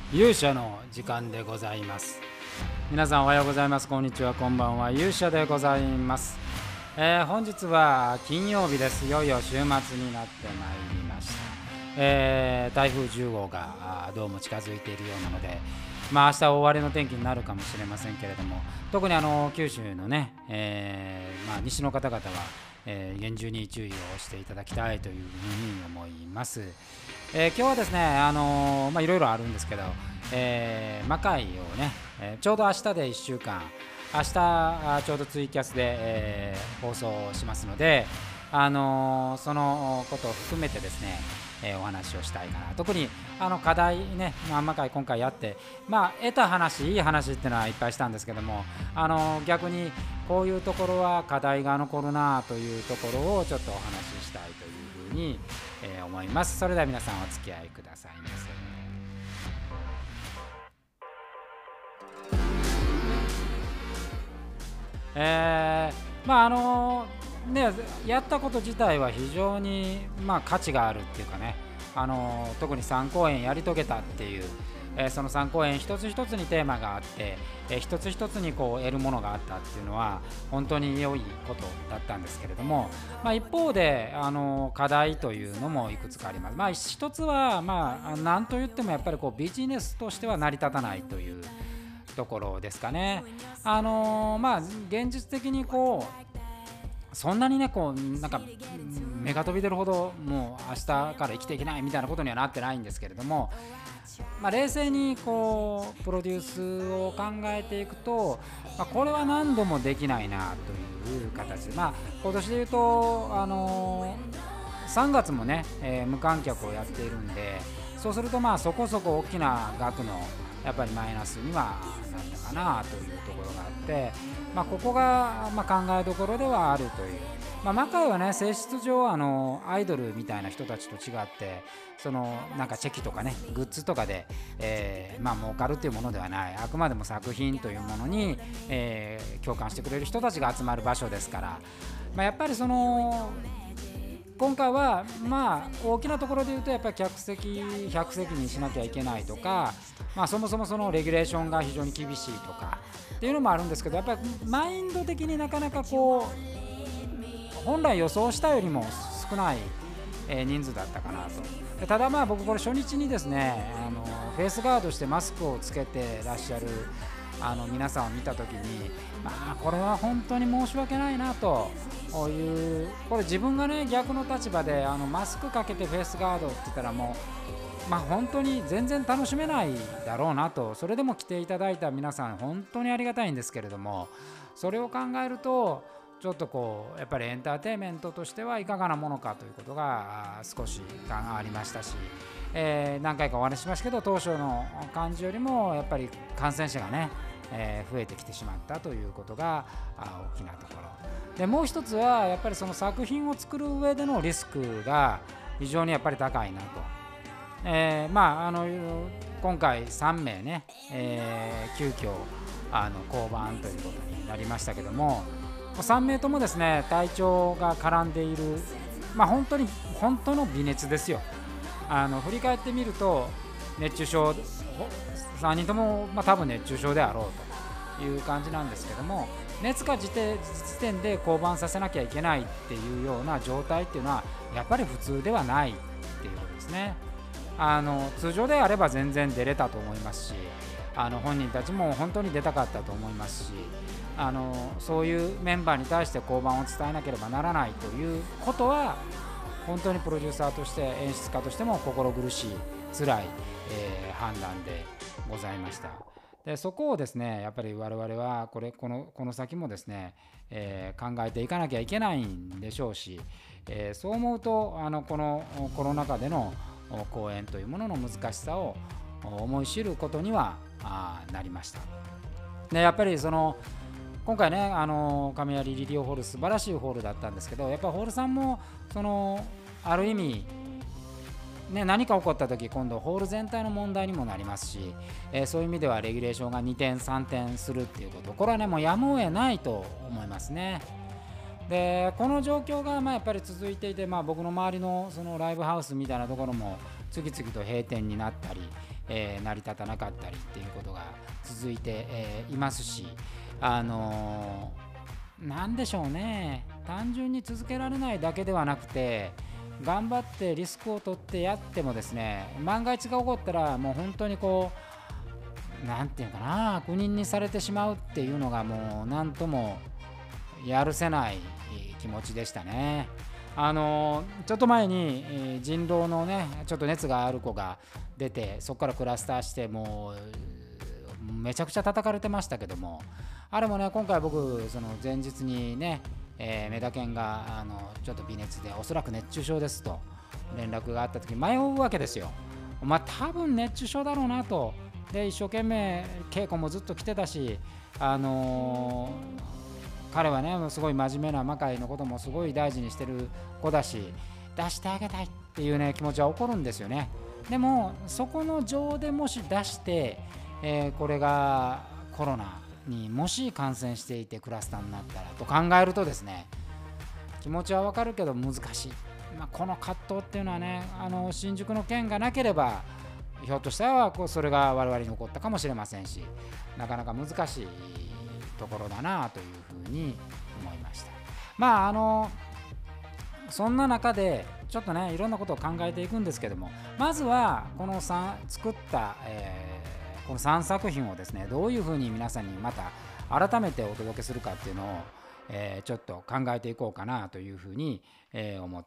勇者の時間でございます。皆さんおはようございます。こんにちは、こんばんは。勇者でございます。本日は金曜日です。いよいよ週末になってまいりました。台風10号がどうも近づいているようなので、明日大荒れの天気になるかもしれませんけれども、特に九州のね、西の方々は、厳重に注意をしていただきたいというふうに思います。今日はですね、いろいろあるんですけど、魔界をね、ちょうど明日で1週間、明日ちょうどツイキャスで、放送しますので、そのことを含めてですね、お話をしたいかな。特に課題ね、魔界今回やって、得た話、いい話っていうのはいっぱいしたんですけども、逆にこういうところは課題が残るなというところをちょっとお話ししたいというふうに、思います。それでは皆さんお付き合いくださいませ。やったこと自体は非常に、価値があるっていうかね、特に3公演やり遂げたっていう、その3公演一つ一つにテーマがあって、一つ一つにこう得るものがあったっていうのは本当に良いことだったんですけれども、一方で課題というのもいくつかあります。一つは何と言ってもやっぱりこうビジネスとしては成り立たないというところですかね。現実的にこうそんなにねこうなんか目が飛び出るほどもう明日から生きていけないみたいなことにはなってないんですけれども、冷静にこうプロデュースを考えていくと、これは何度もできないなという形で、今年で言うと3月もね、無観客をやっているんで、そうするとそこそこ大きな額のやっぱりマイナスにはなったかなというところがあって、ここが考えどころではあるという。魔界はね性質上アイドルみたいな人たちと違って、そのなんかチェキとかねグッズとかで、儲かるっていうものではない、あくまでも作品というものに、共感してくれる人たちが集まる場所ですから、やっぱりその今回は大きなところで言うとやっぱり客席100席にしなきゃいけないとか、そもそもそのレギュレーションが非常に厳しいとかっていうのもあるんですけど、やっぱりマインド的になかなかこう本来予想したよりも少ない、人数だったかなと。ただ僕これ初日にですねフェイスガードしてマスクをつけてらっしゃる皆さんを見たときに、これは本当に申し訳ないなという、これ自分がね逆の立場でマスクかけてフェイスガードって言ったらもう本当に全然楽しめないだろうなと。それでも来ていただいた皆さん本当にありがたいんですけれども、それを考えるとちょっとこうやっぱりエンターテインメントとしてはいかがなものかということが少しありましたし、何回かお話ししましたけど、当初の感じよりもやっぱり感染者がね、増えてきてしまったということが大きなところで、もう一つはやっぱりその作品を作る上でのリスクが非常にやっぱり高いなと。今回3名ね、急遽降板ということになりましたけども、3名ともですね体調が絡んでいる、本当の微熱ですよ。振り返ってみると熱中症3人とも、多分熱中症であろうという感じなんですけども、熱が時点で降板させなきゃいけないっていうような状態っていうのはやっぱり普通ではないっていうことですね。通常であれば全然出れたと思いますし、本人たちも本当に出たかったと思いますし、そういうメンバーに対して降板を伝えなければならないということは本当にプロデューサーとして演出家としても心苦しい辛い、判断でございました。でそこをですねやっぱり我々はこの先もですね、考えていかなきゃいけないんでしょうし、そう思うとこのコロナ禍での公演というものの難しさを思い知ることにはなりました。でやっぱりその今回ね亀有リリオホール素晴らしいホールだったんですけど、やっぱホールさんもそのある意味何か起こった時今度ホール全体の問題にもなりますし、そういう意味ではレギュレーションが2点3点するっていうこと、これはねもうやむを得ないと思いますね。でこの状況がやっぱり続いていて、僕の周りのそのライブハウスみたいなところも次々と閉店になったり、 成り立たなかったりっていうことが続いて、いますし、なんでしょうね、単純に続けられないだけではなくて、頑張ってリスクを取ってやってもですね、万が一が起こったらもう本当にこうなんていうかな、悪人にされてしまうっていうのがもう何ともやるせない気持ちでしたね。ちょっと前に人狼のねちょっと熱がある子が出て、そこからクラスターしてもうめちゃくちゃ叩かれてましたけども、あれもね今回僕その前日にね、メダケンがちょっと微熱でおそらく熱中症ですと連絡があった時迷うわけですよ。多分熱中症だろうなと。で一生懸命稽古もずっと来てたし、彼はねすごい真面目な魔界のこともすごい大事にしてる子だし、出してあげたいっていうね気持ちは起こるんですよね。でもそこの情でもし出して、これがコロナにもし感染していてクラスターになったらと考えるとですね、気持ちはわかるけど難しい、この葛藤っていうのはね、新宿の件がなければひょっとしたらそれが我々に起こったかもしれませんし、なかなか難しいところだなというふうに思いました。そんな中でちょっとねいろんなことを考えていくんですけども、まずはこの作った、この3作品をですねどういうふうに皆さんにまた改めてお届けするかっていうのを、ちょっと考えていこうかなというふうに、思って、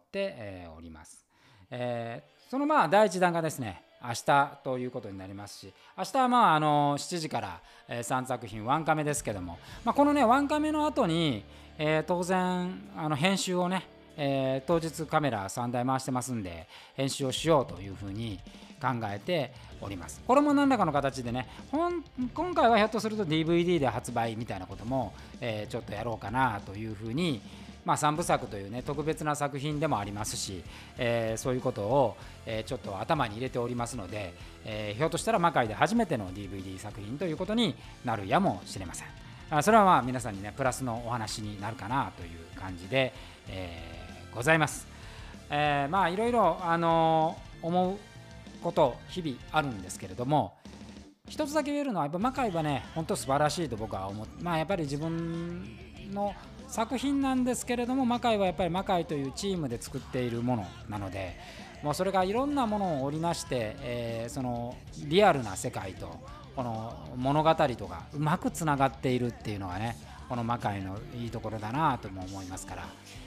おります。その第一弾がですね明日ということになりますし、明日は7時から、3作品ワンカメですけども、このねワンカメの後に、当然編集をね、当日カメラ3台回してますんで編集をしようというふうに考えております。これも何らかの形でね、今回はひょっとすると DVD で発売みたいなことも、ちょっとやろうかなというふうに、3部作というね特別な作品でもありますし、そういうことを、ちょっと頭に入れておりますので、ひょっとしたら魔界で初めての DVD 作品ということになるやもしれません。それは皆さんにねプラスのお話になるかなという感じで、ございます。いろいろ思うこと日々あるんですけれども、一つだけ言えるのはやっぱ魔界はね本当素晴らしいと僕は思って、やっぱり自分の作品なんですけれども、魔界はやっぱり魔界というチームで作っているものなので、もうそれがいろんなものを織りなして、そのリアルな世界とこの物語とかうまくつながっているっていうのがねこの魔界のいいところだなとも思いますから、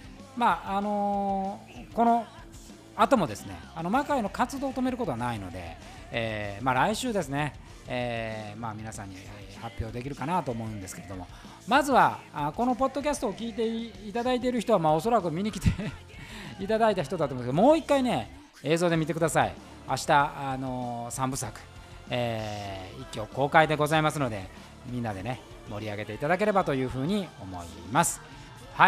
この後もですね魔界の活動を止めることはないので、来週ですね、皆さんに発表できるかなと思うんですけれども、まずはこのポッドキャストを聞いていただいている人はおそらく見に来ていただいた人だと思うんですけど、もう一回ね映像で見てください。明日3部作、一挙公開でございますので、みんなでね盛り上げていただければというふうに思います。はい、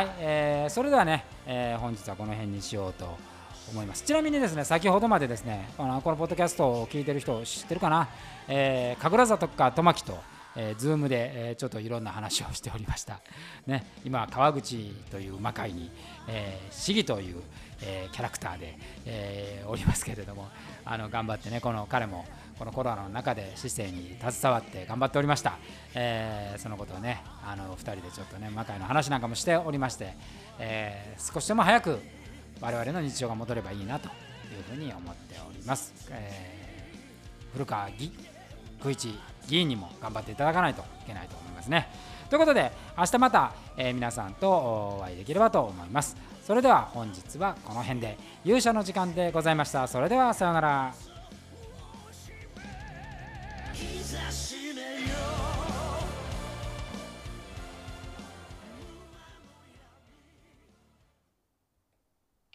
それではね、本日はこの辺にしようと思います。ちなみにですね先ほどまでですねこのポッドキャストを聞いてる人知ってるかな、神楽坂と玉木とズームで、ちょっといろんな話をしておりました、ね、今は川口という魔界に、市議という、キャラクターで、おりますけれども、頑張ってね彼もこのコロナの中で市政に携わって頑張っておりました。そのことをね2人でちょっとね魔界の話なんかもしておりまして、少しでも早く我々の日常が戻ればいいなというふうに思っております。古川久一議員にも頑張っていただかないといけないと思いますね。ということで明日また、皆さんとお会いできればと思います。それでは本日はこの辺で勇者の時間でございました。それではさようなら。